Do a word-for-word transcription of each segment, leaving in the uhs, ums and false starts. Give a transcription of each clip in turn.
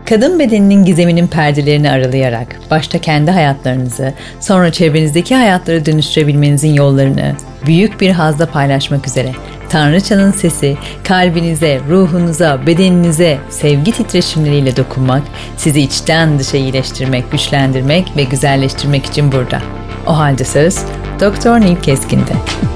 Kadın bedeninin gizeminin perdelerini aralayarak başta kendi hayatlarınızı, sonra çevrenizdeki hayatları dönüştürebilmenizin yollarını büyük bir hazla paylaşmak üzere Tanrıçanın sesi kalbinize, ruhunuza, bedeninize sevgi titreşimleriyle dokunmak, sizi içten dışa iyileştirmek, güçlendirmek ve güzelleştirmek için burada. O halde söz Doktor Nil Keskin'de.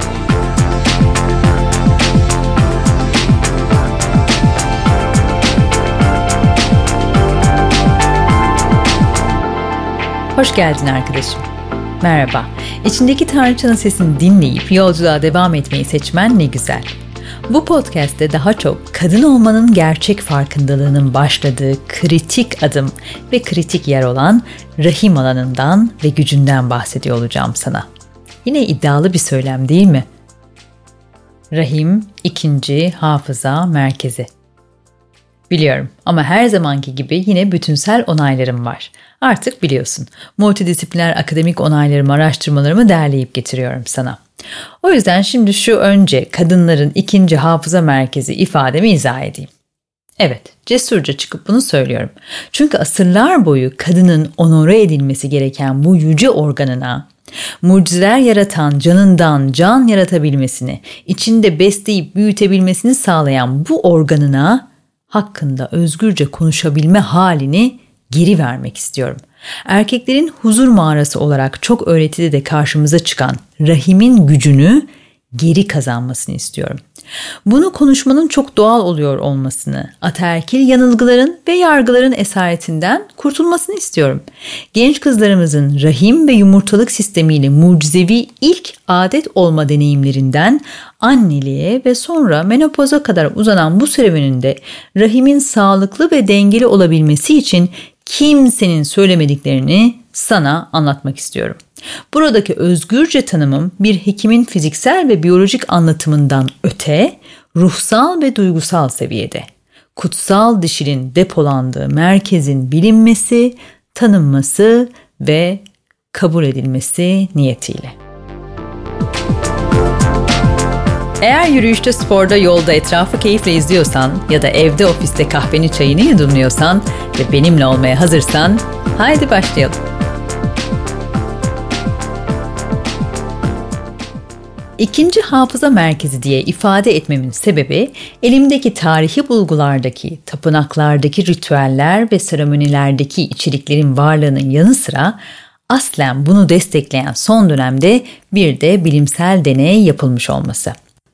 Hoş geldin arkadaşım. Merhaba. İçindeki Tanrıçanın sesini dinleyip yolculuğa devam etmeyi seçmen ne güzel. Bu podcast'te daha çok kadın olmanın gerçek farkındalığının başladığı kritik adım ve kritik yer olan rahim alanından ve gücünden bahsediyor olacağım sana. Yine iddialı bir söylem değil mi? Rahim ikinci hafıza merkezi. Biliyorum ama her zamanki gibi yine bütünsel onaylarım var. Artık biliyorsun, multidisipliner akademik onaylarımı, araştırmalarımı derleyip getiriyorum sana. O yüzden şimdi şu önce kadınların ikinci hafıza merkezi ifademi izah edeyim. Evet, cesurca çıkıp bunu söylüyorum. Çünkü asırlar boyu kadının onore edilmesi gereken bu yüce organına, mucizeler yaratan canından can yaratabilmesini, içinde besleyip büyütebilmesini sağlayan bu organına hakkında özgürce konuşabilme halini geri vermek istiyorum. Erkeklerin huzur mağarası olarak çok öğretide de karşımıza çıkan rahimin gücünü geri kazanmasını istiyorum. Bunu konuşmanın çok doğal oluyor olmasını, ataerkil yanılgıların ve yargıların esaretinden kurtulmasını istiyorum. Genç kızlarımızın rahim ve yumurtalık sistemiyle mucizevi ilk adet olma deneyimlerinden anneliğe ve sonra menopoza kadar uzanan bu serüveninde rahimin sağlıklı ve dengeli olabilmesi için kimsenin söylemediklerini sana anlatmak istiyorum. Buradaki özgürce tanımım bir hekimin fiziksel ve biyolojik anlatımından öte, ruhsal ve duygusal seviyede. Kutsal dişinin depolandığı merkezin bilinmesi, tanınması ve kabul edilmesi niyetiyle. Eğer yürüyüşte, sporda, yolda etrafı keyifle izliyorsan ya da evde, ofiste kahveni çayını yudumluyorsan ve benimle olmaya hazırsan, haydi başlayalım. İkinci hafıza merkezi diye ifade etmemin sebebi, elimdeki tarihi bulgulardaki, tapınaklardaki ritüeller ve seremonilerdeki içeriklerin varlığının yanı sıra aslen bunu destekleyen son dönemde bir de bilimsel deney yapılmış olması.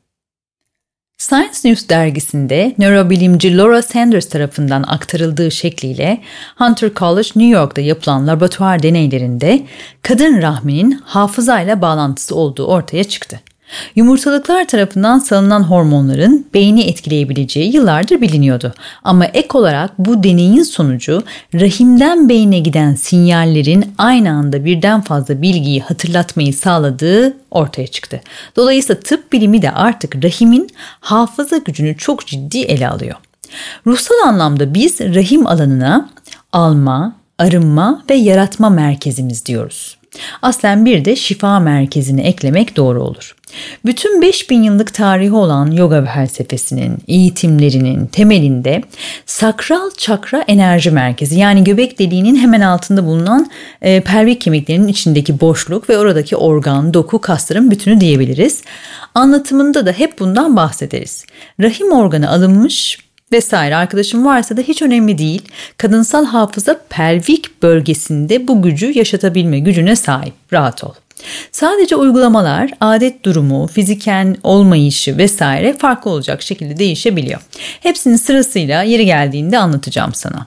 Science News dergisinde nörobilimci Laura Sanders tarafından aktarıldığı şekliyle Hunter College New York'ta yapılan laboratuvar deneylerinde kadın rahminin hafızayla bağlantısı olduğu ortaya çıktı. Yumurtalıklar tarafından salınan hormonların beyni etkileyebileceği yıllardır biliniyordu. Ama ek olarak bu deneyin sonucu rahimden beyne giden sinyallerin aynı anda birden fazla bilgiyi hatırlatmayı sağladığı ortaya çıktı. Dolayısıyla tıp bilimi de artık rahimin hafıza gücünü çok ciddi ele alıyor. Ruhsal anlamda biz rahim alanına alma, arınma ve yaratma merkezimiz diyoruz. Aslen bir de şifa merkezini eklemek doğru olur. Bütün beş bin yıllık tarihi olan yoga felsefesinin, eğitimlerinin temelinde sakral çakra enerji merkezi, yani göbek deliğinin hemen altında bulunan e, pelvik kemiklerinin içindeki boşluk ve oradaki organ, doku, kasların bütünü diyebiliriz. Anlatımında da hep bundan bahsederiz. Rahim organı alınmış vesaire arkadaşım varsa da hiç önemli değil. Kadınsal hafıza pelvik bölgesinde bu gücü yaşatabilme gücüne sahip. Rahat ol. Sadece uygulamalar, adet durumu, fiziken olmayışı vesaire farklı olacak şekilde değişebiliyor. Hepsini sırasıyla yeri geldiğinde anlatacağım sana.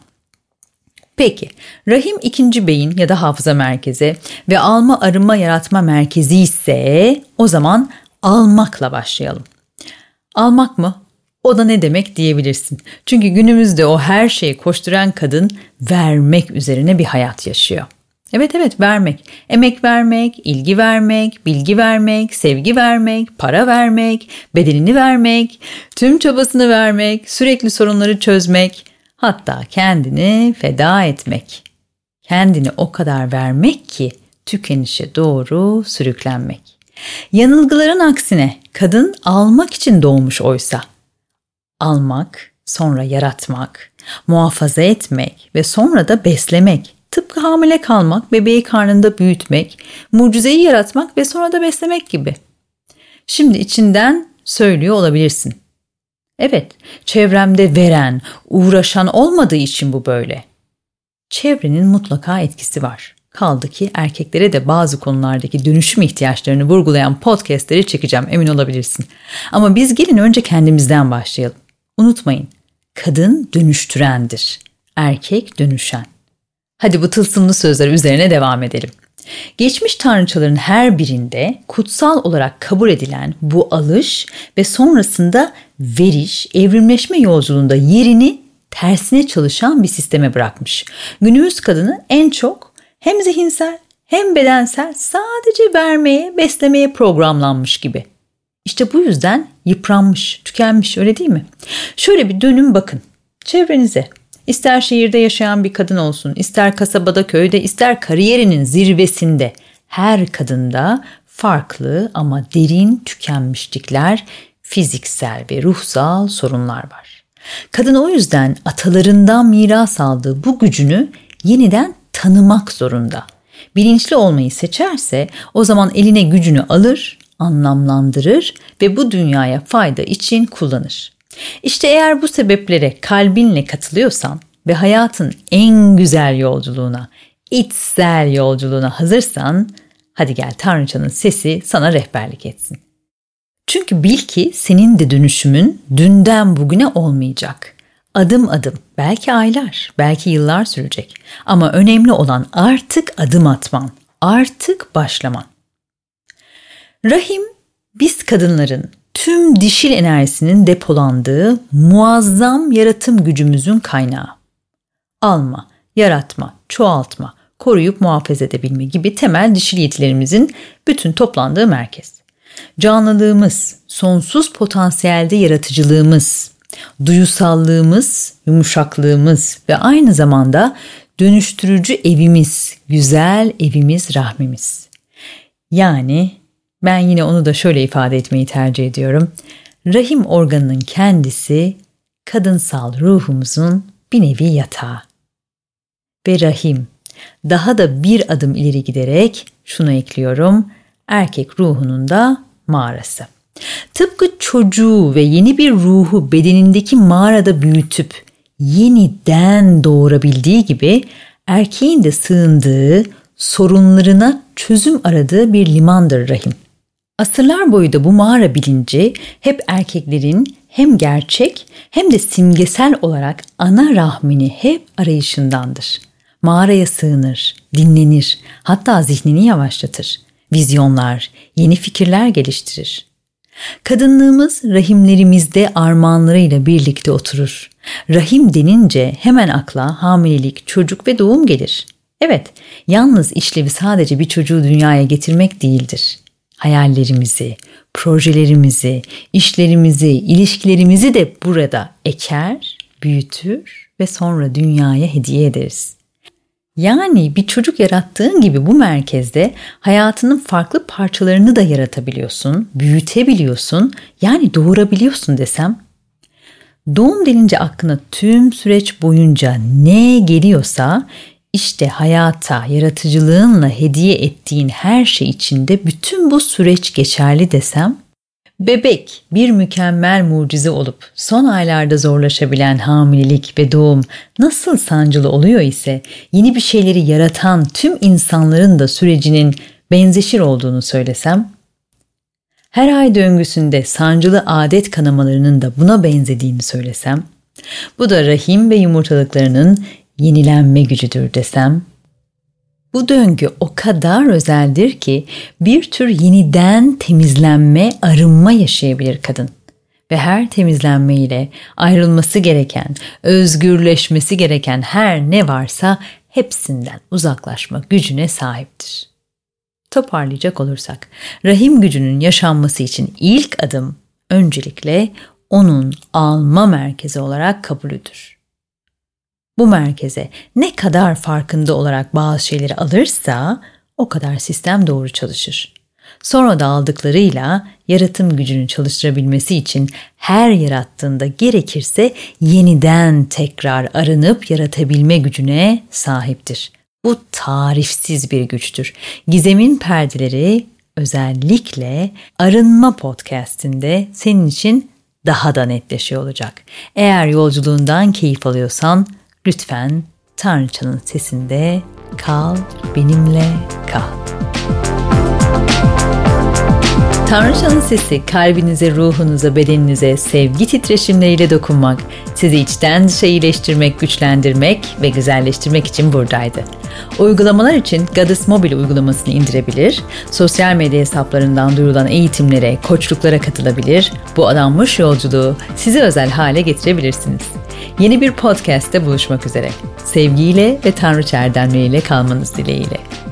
Peki, rahim ikinci beyin ya da hafıza merkezi ve alma, arınma, yaratma merkezi ise o zaman almakla başlayalım. Almak mı? O da ne demek diyebilirsin. Çünkü günümüzde o her şeye koşturan kadın vermek üzerine bir hayat yaşıyor. Evet evet vermek. Emek vermek, ilgi vermek, bilgi vermek, sevgi vermek, para vermek, bedenini vermek, tüm çabasını vermek, sürekli sorunları çözmek, hatta kendini feda etmek. Kendini o kadar vermek ki tükenişe doğru sürüklenmek. Yanılgıların aksine kadın almak için doğmuş oysa. Almak, sonra yaratmak, muhafaza etmek ve sonra da beslemek. Tıpkı hamile kalmak, bebeği karnında büyütmek, mucizeyi yaratmak ve sonra da beslemek gibi. Şimdi içinden söylüyor olabilirsin. Evet, çevremde veren, uğraşan olmadığı için bu böyle. Çevrenin mutlaka etkisi var. Kaldı ki erkeklere de bazı konulardaki dönüşüm ihtiyaçlarını vurgulayan podcastleri çekeceğim, emin olabilirsin. Ama biz gelin önce kendimizden başlayalım. Unutmayın, kadın dönüştürendir, erkek dönüşen. Hadi bu tılsımlı sözler üzerine devam edelim. Geçmiş tanrıçaların her birinde kutsal olarak kabul edilen bu alış ve sonrasında veriş, evrimleşme yolculuğunda yerini tersine çalışan bir sisteme bırakmış. Günümüz kadını en çok hem zihinsel hem bedensel sadece vermeye, beslemeye programlanmış gibi. İşte bu yüzden yıpranmış, tükenmiş, öyle değil mi? Şöyle bir dönün bakın çevrenize. İster şehirde yaşayan bir kadın olsun, ister kasabada, köyde, ister kariyerinin zirvesinde, her kadında farklı ama derin tükenmişlikler, fiziksel ve ruhsal sorunlar var. Kadın o yüzden atalarından miras aldığı bu gücünü yeniden tanımak zorunda. Bilinçli olmayı seçerse o zaman eline gücünü alır, anlamlandırır ve bu dünyaya fayda için kullanır. İşte eğer bu sebeplere kalbinle katılıyorsan ve hayatın en güzel yolculuğuna, içsel yolculuğuna hazırsan, hadi gel Tanrıçanın sesi sana rehberlik etsin. Çünkü bil ki senin de dönüşümün dünden bugüne olmayacak. Adım adım, belki aylar, belki yıllar sürecek. Ama önemli olan artık adım atman, artık başlaman. Rahim, biz kadınların tüm dişil enerjisinin depolandığı muazzam yaratım gücümüzün kaynağı. Alma, yaratma, çoğaltma, koruyup muhafaza edebilme gibi temel dişil yetilerimizin bütün toplandığı merkez. Canlılığımız, sonsuz potansiyelde yaratıcılığımız, duyusallığımız, yumuşaklığımız ve aynı zamanda dönüştürücü evimiz, güzel evimiz, rahmimiz. Yani ben yine onu da şöyle ifade etmeyi tercih ediyorum. Rahim organının kendisi kadınsal ruhumuzun bir nevi yatağı. Ve rahim daha da bir adım ileri giderek şunu ekliyorum, erkek ruhunun da mağarası. Tıpkı çocuğu ve yeni bir ruhu bedenindeki mağarada büyütüp yeniden doğurabildiği gibi erkeğin de sığındığı, sorunlarına çözüm aradığı bir limandır rahim. Asırlar boyu da bu mağara bilinci hep erkeklerin hem gerçek hem de simgesel olarak ana rahmini hep arayışındandır. Mağaraya sığınır, dinlenir, hatta zihnini yavaşlatır. Vizyonlar, yeni fikirler geliştirir. Kadınlığımız rahimlerimizde armağanlarıyla birlikte oturur. Rahim denince hemen akla hamilelik, çocuk ve doğum gelir. Evet, yalnız işlevi sadece bir çocuğu dünyaya getirmek değildir. Hayallerimizi, projelerimizi, işlerimizi, ilişkilerimizi de burada eker, büyütür ve sonra dünyaya hediye ederiz. Yani bir çocuk yarattığın gibi bu merkezde hayatının farklı parçalarını da yaratabiliyorsun, büyütebiliyorsun, yani doğurabiliyorsun desem. Doğum denince aklına tüm süreç boyunca ne geliyorsa işte hayata, yaratıcılığınla hediye ettiğin her şey içinde bütün bu süreç geçerli desem. Bebek bir mükemmel mucize olup son aylarda zorlaşabilen hamilelik ve doğum nasıl sancılı oluyor ise yeni bir şeyleri yaratan tüm insanların da sürecinin benzeşir olduğunu söylesem, her ay döngüsünde sancılı adet kanamalarının da buna benzediğini söylesem, bu da rahim ve yumurtalıklarının yenilenme gücüdür desem, bu döngü o kadar özeldir ki bir tür yeniden temizlenme, arınma yaşayabilir kadın. Ve her temizlenmeyle ayrılması gereken, özgürleşmesi gereken her ne varsa hepsinden uzaklaşma gücüne sahiptir. Toparlayacak olursak, rahim gücünün yaşanması için ilk adım öncelikle onun alma merkezi olarak kabulüdür. Bu merkeze ne kadar farkında olarak bazı şeyleri alırsa o kadar sistem doğru çalışır. Sonra da aldıklarıyla yaratım gücünü çalıştırabilmesi için her yarattığında gerekirse yeniden tekrar arınıp yaratabilme gücüne sahiptir. Bu tarifsiz bir güçtür. Gizem'in perdeleri özellikle Arınma Podcast'inde senin için daha da netleşiyor olacak. Eğer yolculuğundan keyif alıyorsan lütfen Tanrıçanın sesinde kal, benimle kal. Tanrıçanın sesi kalbinize, ruhunuza, bedeninize sevgi titreşimleriyle dokunmak, sizi içten dışa iyileştirmek, güçlendirmek ve güzelleştirmek için buradaydı. Uygulamalar için Goddess Mobile uygulamasını indirebilir, sosyal medya hesaplarından duyurulan eğitimlere, koçluklara katılabilir, bu adanmış yolculuğu size özel hale getirebilirsiniz. Yeni bir podcast'te buluşmak üzere. Sevgiyle ve Tanrıça erdemleriyle kalmanız dileğiyle.